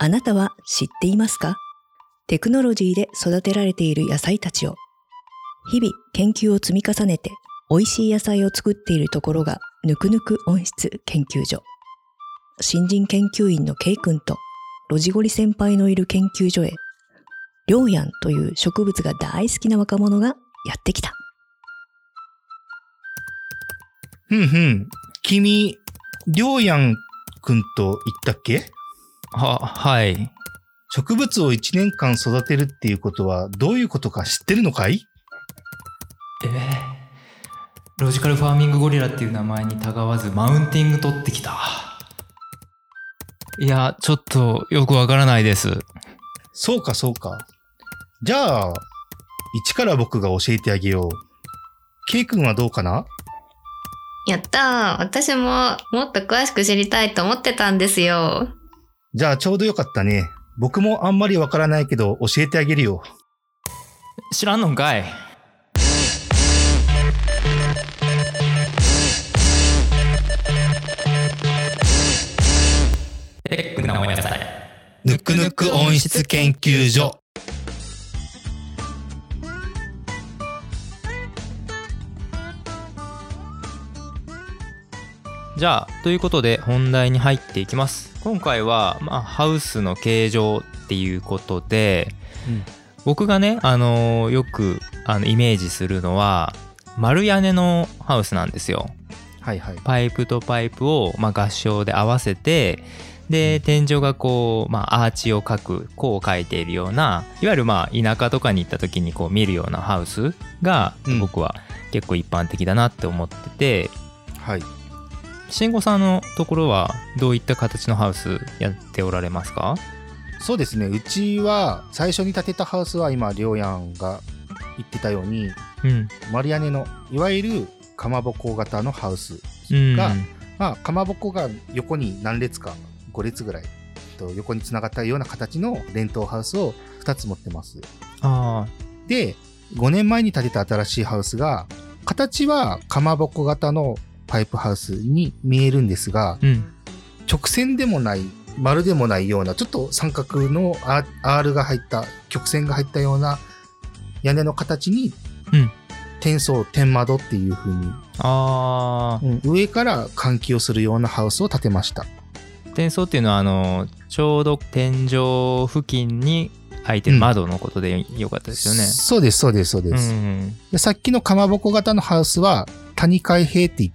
あなたは知っていますか？テクノロジーで育てられている野菜たちを。日々研究を積み重ねて美味しい野菜を作っているところがぬくぬく温室研究所。新人研究員の K 君とロジゴリ先輩のいる研究所へ、リョウヤンという植物が大好きな若者がやってきた。 君、リョウヤン君と言ったっけ？ はい。 植物を1年間育てるっていうことはどういうことか知ってるのかい？ ロジカルファーミングゴリラっていう名前にたがわずマウンティング取ってきた。いや、ちょっとよくわからないです。 そうか。じゃあ、一から僕が教えてあげよう。K 君はどうかな？ やったー。私ももっと詳しく知りたいと思ってたんですよ。 じゃあちょうどよかったね。僕もあんまりわからないけど教えてあげるよ。 知らんのんかい。 ぬくぬく温室研究所。 じゃあということで本題に入っていきます。今回は、ハウスの形状っていうことで、僕がね、よくイメージするのは丸屋根のハウスなんですよ。パイプとパイプを、合掌で合わせて、で天井がこう、アーチを描く弧を描いているような、いわゆる田舎とかに行った時にこう見るようなハウスが、僕は結構一般的だなって思ってて、慎吾さんのところはどういった形のハウスやっておられますか？ そうですね、うちは最初に建てたハウスは今りょうやんが言ってたように、丸屋根のいわゆるかまぼこ型のハウスが、かまぼこが横に何列か5列ぐらいと横につながったような形の連棟ハウスを2つ持ってます。で5年前に建てた新しいハウスが、形はかまぼこ型のパイプハウスに見えるんですが、直線でもない丸でもないような、ちょっと三角の R が入った曲線が入ったような屋根の形に、天窓っていう風に、上から換気をするようなハウスを建てました。 天窓っていうのはちょうど天井付近に開いてる窓のことでよかったですよね。 そうです。でさっきのかまぼこ型のハウスは谷開閉って言って、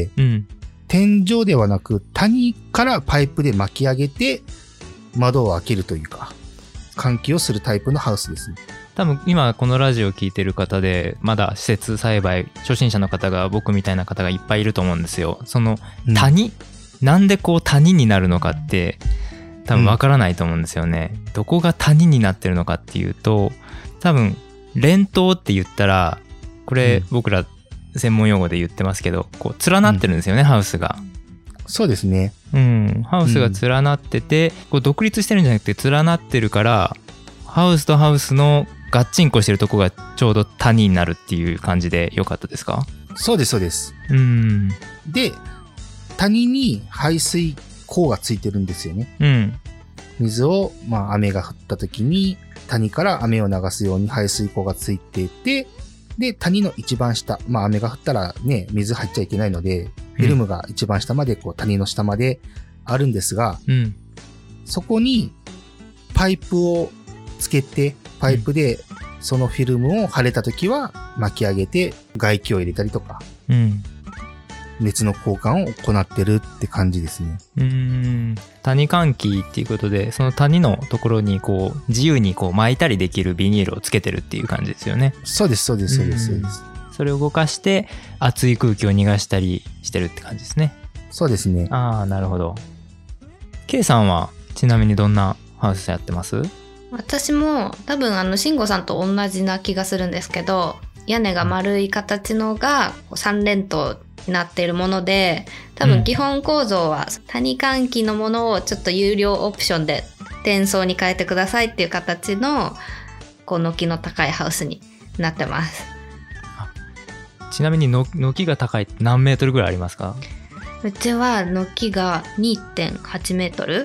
天井ではなく谷からパイプで巻き上げて窓を開けるというか換気をするタイプのハウスですね。 多分今このラジオを聞いてる方でまだ施設栽培初心者の方が、僕みたいな方がいっぱいいると思うんですよ。その谷、なんでこう谷になるのかって多分わからないと思うんですよね。どこが谷になってるのかっていうと、多分連棟って言ったら、これ僕ら専門用語で言ってますけど、こう連なってるんですよね、ハウスが。 そうですね。 ハウスが連なってて、こう独立してるんじゃなくて連なってるから、ハウスとハウスのガッチンコしてるとこがちょうど谷になるっていう感じでよかったですか？ そうです。で、谷に排水溝がついてるんですよね。水を、雨が降った時に谷から雨を流すように排水溝がついていて、で谷の一番下、雨が降ったらね、水入っちゃいけないので、フィルムが一番下までこう谷の下まであるんですが、そこにパイプをつけて、パイプでそのフィルムを晴れた時は巻き上げて外気を入れたりとか、熱の交換を行ってるって感じですね。 谷換気っていうことで、その谷のところにこう自由にこう巻いたりできるビニールをつけてるっていう感じですよね。 そうです。 それを動かして熱い空気を逃がしたりしてるって感じですね。 そうですね。 なるほど。K さんはちなみにどんなハウスやってます？ 私も多分慎吾さんと同じな気がするんですけど、屋根が丸い形のが3連棟になっているもので、多分基本構造は谷換気のものをちょっと有料オプションで転送に変えてくださいっていう形のこう軒の高いハウスになってます。 ちなみに軒が高いって何メートルぐらいありますか？ うちは軒が 2.8 メートル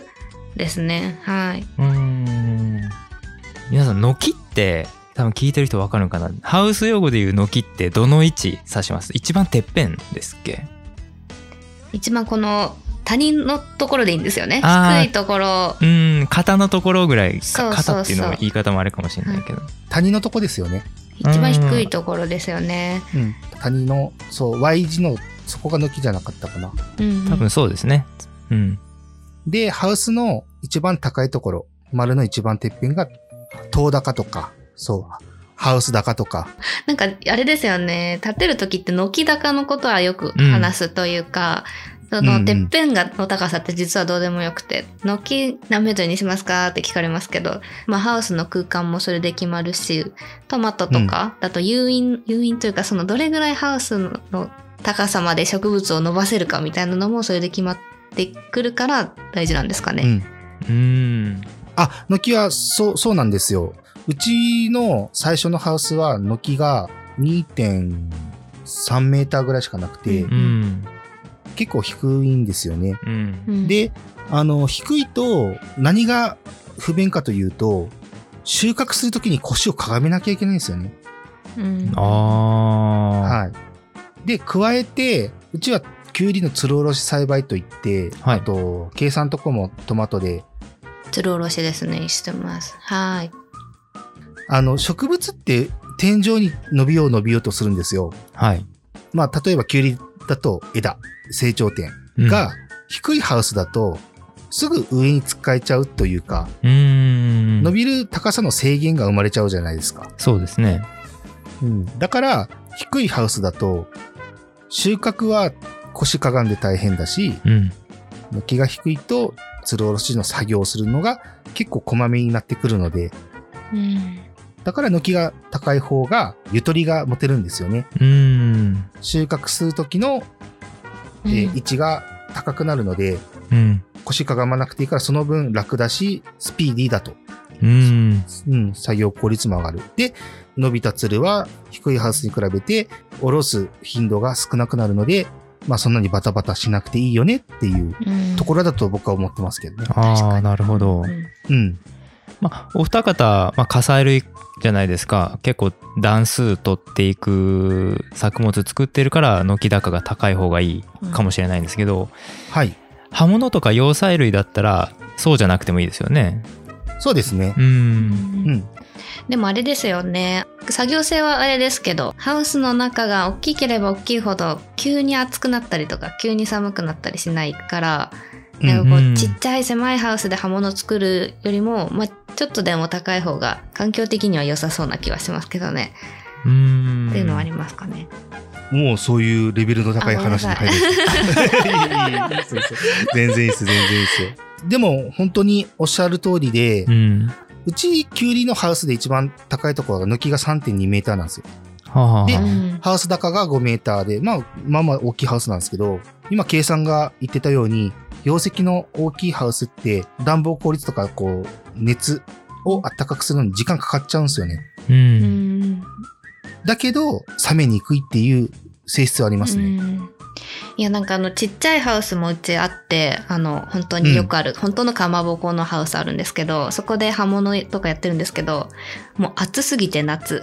ですね。はい。 皆さん、軒って多分聞いてる人分かるのかな。ハウス用語でいう軒ってどの位置指します？一番てっぺんですっけ？ 一番この谷のところでいいんですよね。低いところ。 肩のところぐらい。肩っていうのは言い方もあれかもしれないけど。 谷のとこですよね。 一番低いところですよね。 谷の、そう、Y 字の、そこが軒じゃなかったかな。 多分そうですね。 で、ハウスの一番高いところ、丸の一番てっぺんが、塔高とか、そう、ハウス高とか。 なんか、あれですよね。建てるときって軒高のことはよく話すというか、そのてっぺんの高さって実はどうでもよくて、軒何メートルにしますかって聞かれますけど、ハウスの空間もそれで決まるし、トマトとかだと誘引というか、そのどれぐらいハウスの高さまで植物を伸ばせるかみたいなのもそれで決まってくるから大事なんですかね。 あ、軒はそうなんですよ。うちの最初のハウスは軒が 2.3 メーターぐらいしかなくて、結構低いんですよね。で、低いと何が不便かというと、収穫するときに腰をかがめなきゃいけないんですよね。はい。で、加えて、うちはキュウリのつるおろし栽培といって、あと、計算とこもトマトで。 つるおろしですね、してます。はい。 植物って天井に伸びようとするんですよ。 はい。 例えばキュウリだと枝、成長点が低いハウスだとすぐ上に突っかえちゃうというか、伸びる高さの制限が生まれちゃうじゃないですか。 そうですね。 だから低いハウスだと収穫は腰かがんで大変だし、軒が低いとつるおろしの作業をするのが結構こまめになってくるので、だから軒が高い方がゆとりが持てるんですよね。収穫する時の、位置が高くなるので、腰かがまなくていいからその分楽だしスピーディーだと、作業効率も上がる。で、伸びたつるは低いハウスに比べて下ろす頻度が少なくなるので、そんなにバタバタしなくていいよねっていうところだと僕は思ってますけどね。 なるほど。お二方、火砕類じゃないですか。結構段数取っていく作物作ってるから軒高が高い方がいいかもしれないんですけど、葉物とか葉菜類だったらそうじゃなくてもいいですよね。 そうですね。 でもあれですよね。作業性はあれですけど、ハウスの中が大きければ大きいほど急に暑くなったりとか急に寒くなったりしないから、ちっちゃい狭いハウスで葉物作るよりも、ちょっとでも高い方が環境的には良さそうな気はしますけどね。っていうのはありますかね。 もうそういうレベルの高い話に入る。全然いいです。でも本当におっしゃる通りで、うちキュウリのハウスで一番高いところが軒が 3.2 メーターなんですよ。で、ハウス高が5メーターで、まあ大きいハウスなんですけど、今計算が言ってたように、容積の大きいハウスって暖房効率とか熱を暖かくするのに時間かかっちゃうんですよね。だけど冷めにくいっていう性質はありますね。 いや、なんかちっちゃいハウスもうちあって、本当によくある、本当のかまぼこのハウスあるんですけど、そこで葉物とかやってるんですけど、もう暑すぎて夏。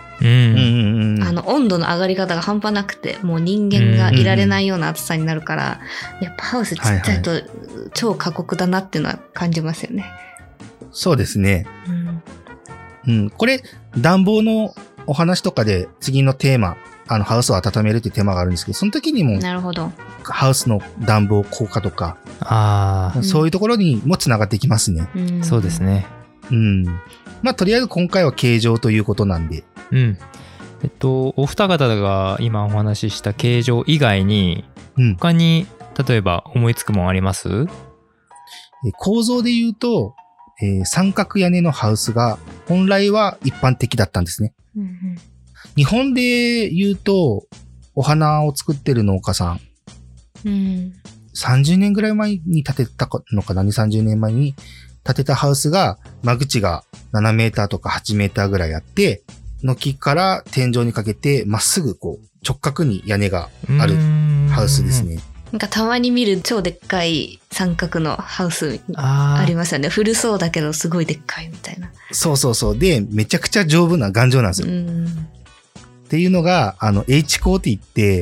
温度の上がり方が半端なくて、もう人間がいられないような暑さになるから、やっぱハウスちっちゃいと超過酷だなっていうのは感じますよね。 そうですね。これ暖房のお話とかで次のテーマ、ハウスを温めるっていうテーマがあるんですけど、その時にも、 なるほど。 ハウスの暖房効果とか、そういうところにもつながっていきますね。 そうですね。 とりあえず今回は形状ということなんで。 お二方が今お話しした形状以外に、他に例えば思いつくもんあります？ 構造で言うと、三角屋根のハウスが本来は一般的だったんですね。日本で言うと、お花を作ってる農家さん、30年ぐらい前に建てたのかな、2、30年前に建てたハウスが、間口が7メーターとか8メーターぐらいあって、軒から天井にかけてまっすぐ直角に屋根があるハウスですね。 なんかたまに見る超でっかい三角のハウスありますよね。古そうだけどすごいでっかいみたいな。 そうそうそう。で、めちゃくちゃ丈夫な頑丈なんですよ。っていうのが、H 鋼って言って、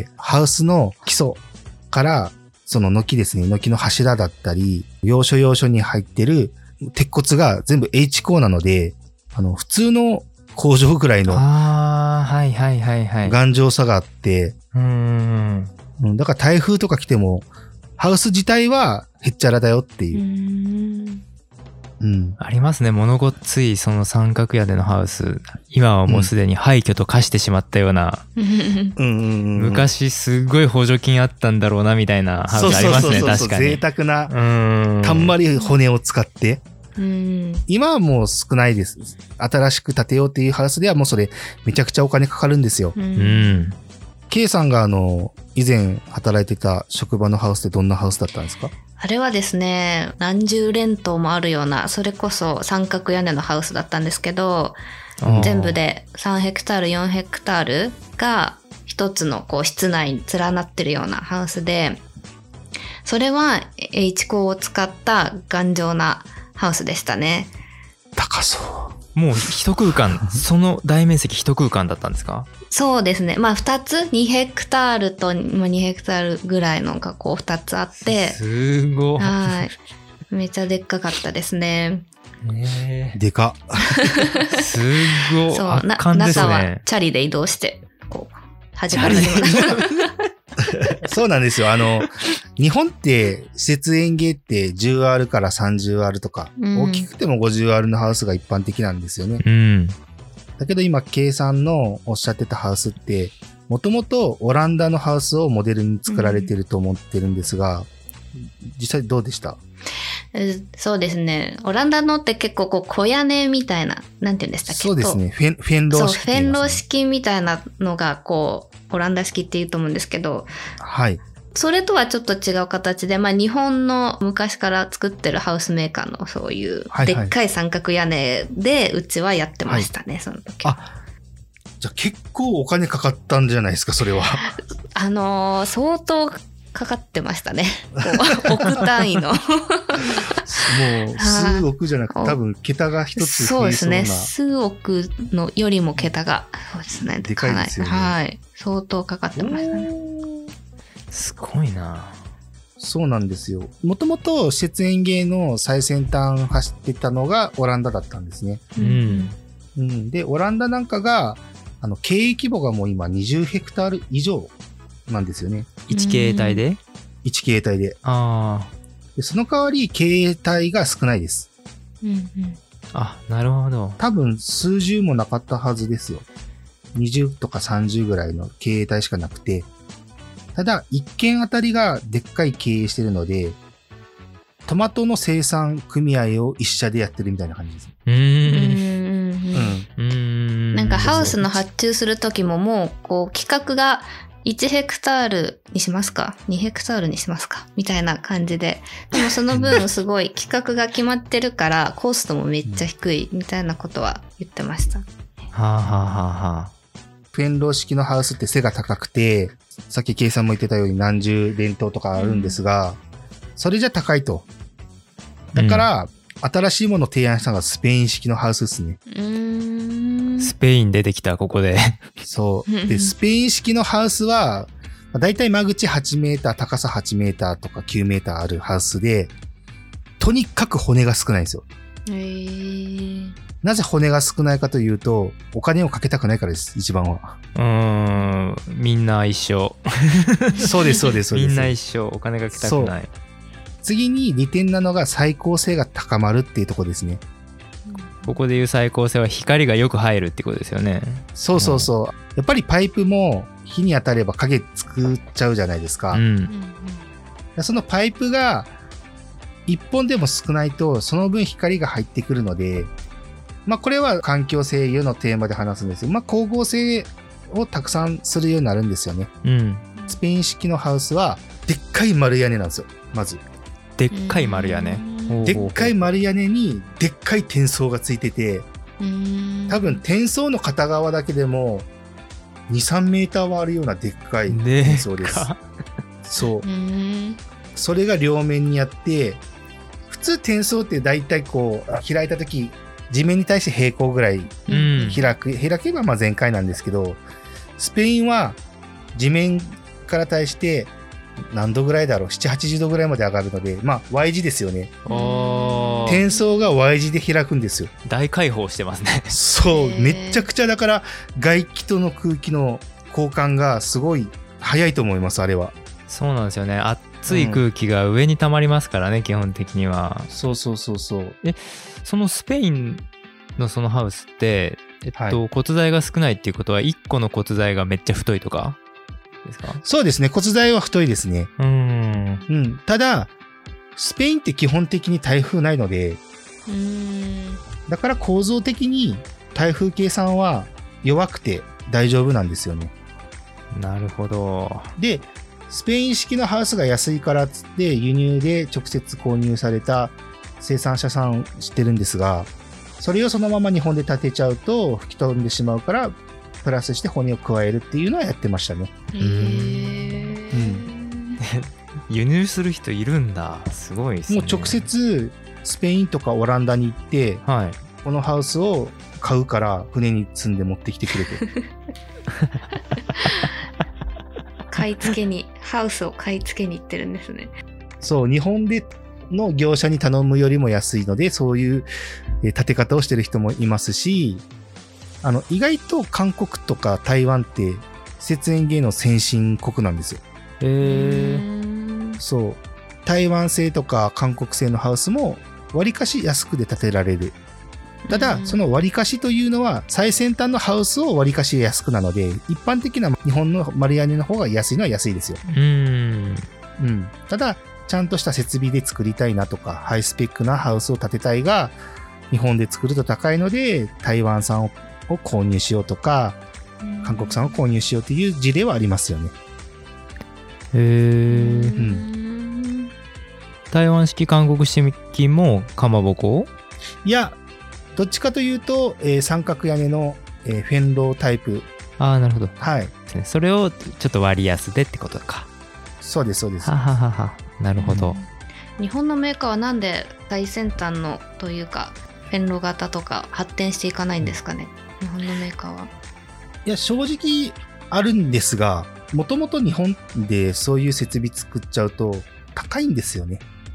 ハウスの基礎から、その軒ですね、軒の柱だったり、要所要所に入ってる鉄骨が全部 H 鋼なので、普通の工場ぐらいの頑丈さがあって、だから台風とか来ても、ハウス自体はへっちゃらだよっていう。 ありますね。物ごっついその三角屋根のハウス。今はもうすでに廃墟と化してしまったような。昔すごい補助金あったんだろうなみたいなハウスありますね。確かに。 贅沢な、たんまり骨を使って。今はもう少ないです。新しく建てようっていうハウスではもうそれめちゃくちゃお金かかるんですよ。K さんが以前働いてた職場のハウスってどんなハウスだったんですか？ あれはですね、何十連棟もあるような、それこそ三角屋根のハウスだったんですけど、全部で3ヘクタール、4ヘクタールが一つのこう室内に連なってるようなハウスで、それは H 鋼を使った頑丈なハウスでしたね。 高そう。 もう一空間、その大面積一空間だったんですか？ そうですね。まあ2つ、2ヘクタールと2ヘクタールぐらいのがこう2つあって。 すごい。 はい。めちゃでっかかったですね。 でか。 すごい。 そう、 圧巻ですね。 中はチャリで移動して、こう、端から端まで。 そうなんですよ。日本って施設園芸って 10R から 30R とか、大きくても 50R のハウスが一般的なんですよね。だけど今、K さんのおっしゃってたハウスって、もともとオランダのハウスをモデルに作られてると思ってるんですが、実際どうでした？ そうですね。オランダのって結構こう小屋根みたいな、なんて言うんでしたっけ？ そうですね。フェンロー式、 そう、フェンロー式みたいなのがこう、オランダ式って言うと思うんですけど、 はい。 それとはちょっと違う形で、まあ日本の昔から作ってるハウスメーカーのそういうでっかい三角屋根でうちはやってましたね、その時。 じゃあ結構お金かかったんじゃないですか、それは。 相当かかってましたね。億単位の。もう数億じゃなくて多分桁が一つ増えそうな。 そうですね。数億のよりも桁が。そうですね。 でかいですよね。 はい。相当かかってましたね。 すごいな。 そうなんですよ。もともと施設園芸の最先端走ってたのがオランダだったんですね。で、オランダなんかが、経営規模がもう今20ヘクタール以上なんですよね。 1経営体で？ 1経営体で。で、その代わり経営体が少ないです。 なるほど。 多分数十もなかったはずですよ。20とか30ぐらいの経営体しかなくて。ただ、1軒あたりがでっかい経営してるので、トマトの生産組合を一社でやってるみたいな感じです。 なんかハウスの発注するときももう、こう企画が1ヘクタールにしますか ?2 ヘクタールにしますかみたいな感じで。でもその分すごい企画が決まってるからコストもめっちゃ低いみたいなことは言ってました。 フェンロー式のハウスって背が高くて、さっきKさんも言ってたように何十連棟とかあるんですが、それじゃ高いと。だから、新しいものを提案したのがスペイン式のハウスですね。 スペイン出てきた、ここで。 そう。で、スペイン式のハウスは、だいたい間口8メーター、高さ8メーターとか9メーターあるハウスで、とにかく骨が少ないんですよ。なぜ骨が少ないかというと、お金をかけたくないからです、一番は。 みんな一緒。 そうです、そうです、そうです。 みんな一緒、お金かけたくない。 次に利点なのが再光性が高まるっていうところですね。 ここでいう再光性は光がよく入るってことですよね。 そうそうそう。やっぱりパイプも火に当たれば影作っちゃうじゃないですか。そのパイプが一本でも少ないとその分光が入ってくるので、これは環境制御のテーマで話すんですけど、光合成をたくさんするようになるんですよね。スペイン式のハウスはでっかい丸屋根なんですよ、まず。 でっかい丸屋根。 でっかい丸屋根にでっかい転送がついてて、多分転送の片側だけでも 2,3 メーターはあるようなでっかい転送です。そう。 それが両面にあって、普通転送って大体こう開いた時地面に対して平行ぐらい開けばまあ全開なんですけど、スペインは地面から対して何度ぐらいだろう、7、80度ぐらいまで上がるので、まあ Y 字ですよね。転送が Y 字で開くんですよ。 大開放してますね。 そう、めっちゃくちゃだから外気との空気の交換がすごい早いと思います、あれは。 そうなんですよね。熱い空気が上に溜まりますからね、基本的には。 そうそうそうそう。 そのスペインのそのハウスって、骨材が少ないっていうことは1個の骨材がめっちゃ太いとかですか？ そうですね、骨材は太いですね。ただスペインって基本的に台風ないので、だから構造的に台風計算は弱くて大丈夫なんですよね。 なるほど。 でスペイン式のハウスが安いからっつって輸入で直接購入された生産者さん知ってるんですが、それをそのまま日本で建てちゃうと吹き飛んでしまうから、プラスして骨を加えるっていうのはやってましたね。 輸入する人いるんだ。すごいですね。 もう直接スペインとかオランダに行って、このハウスを買うから船に積んで持ってきてくれて買い付けにハウスを買い付けに行ってるんですね。 そう、日本での業者に頼むよりも安いので、そういう建て方をしてる人もいますし、意外と韓国とか台湾って設営芸の先進国なんですよ。そう、台湾製とか韓国製のハウスも割かし安くで建てられる。ただその割かしというのは最先端のハウスを割かし安くなので、一般的な日本の丸屋根の方が安いのは安いですよ。ただちゃんとした設備で作りたいなとか、ハイスペックなハウスを建てたいが日本で作ると高いので、台湾産を購入しようとか韓国産を購入しようという事例はありますよね。 台湾式韓国式もかまぼこ？ いや、どっちかというと、三角屋根の、フェンロータイプ。 なるほど。 はい。 それをちょっと割安でってことか。 そうですそうです。 なるほど。 日本のメーカーはなんで最先端のというかフェンロ型とか発展していかないんですかね、日本のメーカーは。 いや、正直あるんですが、もともと日本でそういう設備作っちゃうと高いんですよね。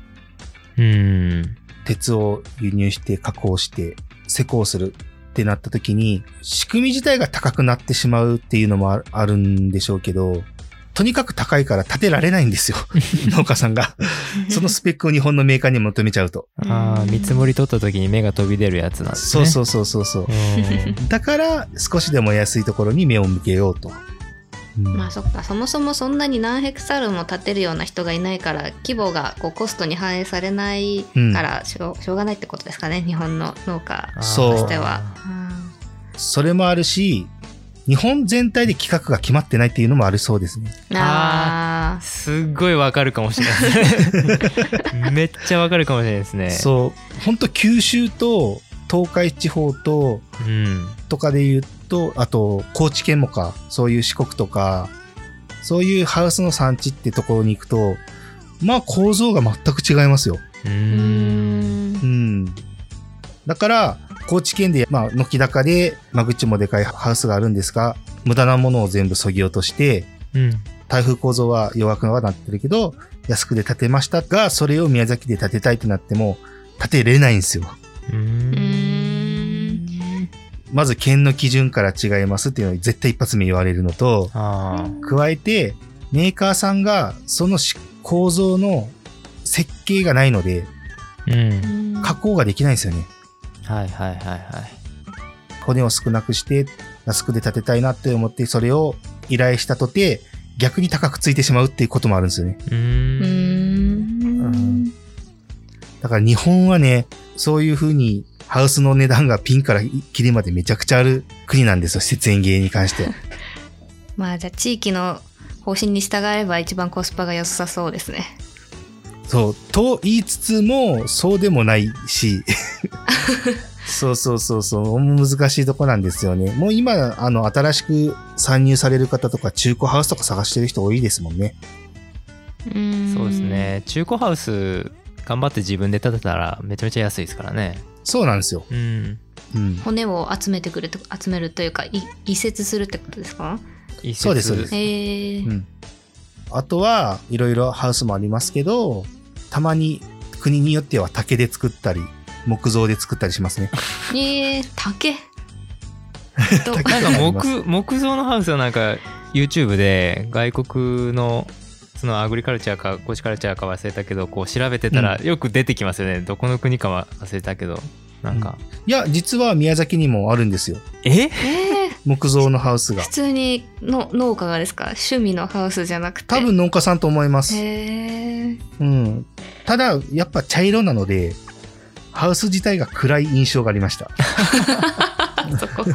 鉄を輸入して加工して施工するってなった時に、仕組み自体が高くなってしまうっていうのもあるんでしょうけど、とにかく高いから建てられないんですよ農家さんがそのスペックを日本のメーカーに求めちゃうと。 見積もり取った時に目が飛び出るやつなんですね。 そうだから少しでも安いところに目を向けようと。 まあそっか、そもそもそんなに何ヘクタールも建てるような人がいないから、規模がこうコストに反映されないからしょうがないってことですかね、日本の農家としては。 それもあるし、日本全体で規格が決まってないっていうのもありそうですね。 すっごいわかるかもしれないですねめっちゃわかるかもしれないですね。 そう、本当九州と東海地方と、とかで言うと、あと高知県もか、そういう四国とか、そういうハウスの産地ってところに行くと、まあ構造が全く違いますよ。だから高知県で、軒高で間口もでかいハウスがあるんですが、無駄なものを全部削ぎ落として、台風構造は弱くはなってるけど安くで建てましたが、それを宮崎で建てたいってなっても建てれないんですよ。まず県の基準から違いますっていうのを絶対一発目言われるのと、加えてメーカーさんがその構造の設計がないので、加工ができないんですよね。骨を少なくして安くで建てたいなって思って、それを依頼したとて逆に高くついてしまうっていうこともあるんですよね。だから日本はね、そういう風にハウスの値段がピンからキリまでめちゃくちゃある国なんですよ、設営芸に関しては。 まあじゃあ地域の方針に従えば一番コスパが良さそうですね。 そうと言いつつもそうでもないしそう難しいとこなんですよね。もう今新しく参入される方とか中古ハウスとか探してる人多いですもんね。 そうですね。 ね。中古ハウス頑張って自分で建てたらめちゃめちゃ安いですからね。 そうなんですよ。 骨を集めるというか移設するってことですか？ そうですそうです。あとはいろいろハウスもありますけど、たまに国によっては竹で作ったり木造で作ったりしますね。 竹なんか木造のハウスはなんか YouTube で外国のそのアグリカルチャーかコシカルチャーか忘れたけどこう調べてたらよく出てきますよね。どこの国かは忘れたけどなんか、 いや実は宮崎にもあるんですよ。木造のハウスが。 普通にの農家がですか？趣味のハウスじゃなくて。 多分農家さんと思います。ただやっぱ茶色なのでハウス自体が暗い印象がありました。 そこ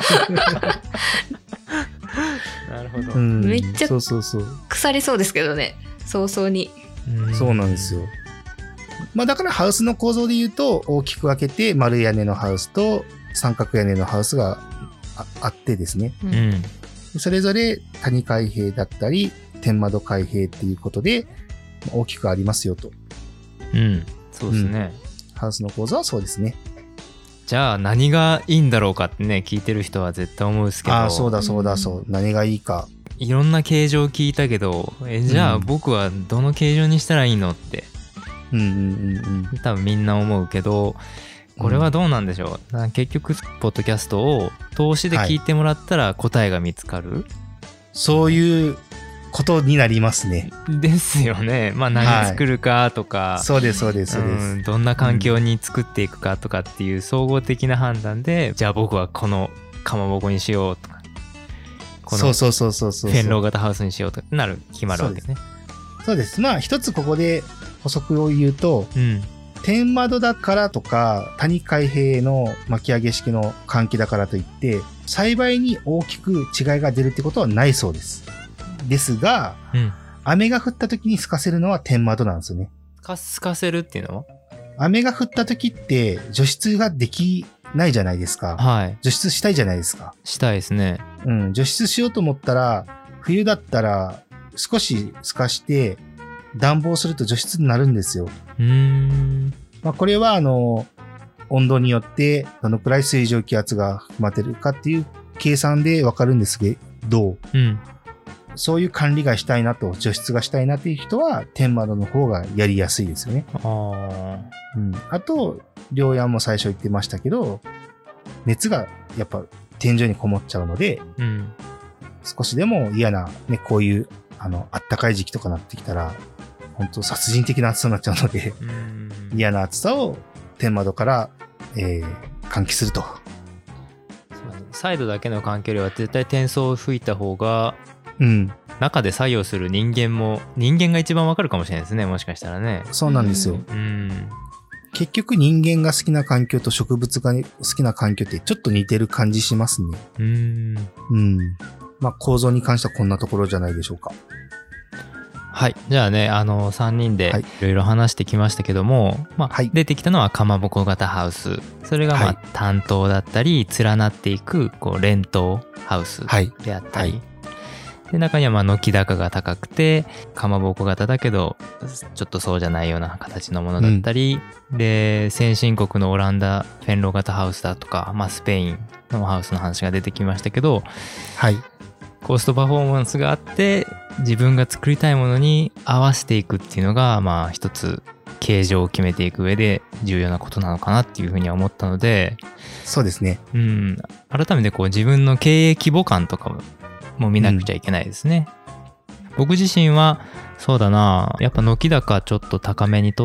なるほど。 めっちゃ腐りそうですけどね、早々に。 そうなんですよ。まあだからハウスの構造で言うと大きく分けて丸い屋根のハウスと三角屋根のハウスが あってですね、それぞれ谷開閉だったり天窓開閉っていうことで大きくありますよと。 そうですね、 ハウスの構造はそうですね。 じゃあ何がいいんだろうかってね聞いてる人は絶対思うんですけど。 そうだ何がいいか。 いろんな形状聞いたけどじゃあ僕はどの形状にしたらいいのって多分みんな思うけど、これはどうなんでしょう。結局ポッドキャストを通しで聞いてもらったら答えが見つかる、 そういうことになりますね。 ですよね。まあ何作るかとか、 そうですどんな環境に作っていくかとかっていう総合的な判断で、じゃあ僕はこのかまぼこにしようとか、このフェンロー型ハウスにしようとか決まるわけですね。 そうです。まあ一つここで補足を言うと、天窓だからとか谷開閉の巻き上げ式の換気だからといって栽培に大きく違いが出るってことはないそうです。ですが、雨が降った時に透かせるのは天窓なんですよね。 透かせるっていうのは？ 雨が降った時って除湿ができないじゃないですか。除湿したいじゃないですか。 したいですね。 除湿しようと思ったら冬だったら少し透かして暖房すると除湿になるんですよ。まあこれは温度によってどのくらい水蒸気圧が含まれてるかっていう計算でわかるんですけど、そういう管理がしたいなと除湿がしたいなっていう人は天窓の方がやりやすいですよね。あと両屋も最初言ってましたけど熱がやっぱ天井にこもっちゃうので、少しでも嫌なねこういうあったかい時期とかなってきたら本当殺人的な暑さになっちゃうので嫌な暑さを天窓から、換気すると。 サイドだけの換気よりは絶対転送を吹いた方が、中で作業する人間が一番わかるかもしれないですね。もしかしたらね。そうなんですよ。結局人間が好きな環境と植物が好きな環境ってちょっと似てる感じしますね。まあ構造に関してはこんなところじゃないでしょうか。はい。じゃあね、3人でいろいろ話してきましたけども、出てきたのはかまぼこ型ハウス。それが単棟だったり、連なっていく、連棟ハウスであったり。で、中には軒高が高くて、かまぼこ型だけど、ちょっとそうじゃないような形のものだったり、で、先進国のオランダ、フェンロー型ハウスだとか、スペインのハウスの話が出てきましたけど、コストパフォーマンスがあって自分が作りたいものに合わせていくっていうのが一つ形状を決めていく上で重要なことなのかなっていうふうには思ったので、そうですね。改めて自分の経営規模感とかも見なくちゃいけないですね。僕自身はそうだな、やっぱ軒高ちょっと高めにとって、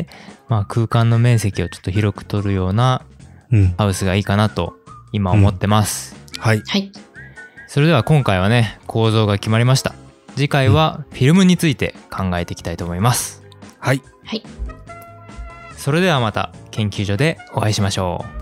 空間の面積をちょっと広く取るようなハウスがいいかなと今思ってます。はい。それでは今回はね、構造が決まりました。次回はフィルムについて考えていきたいと思います。それではまた研究所でお会いしましょう。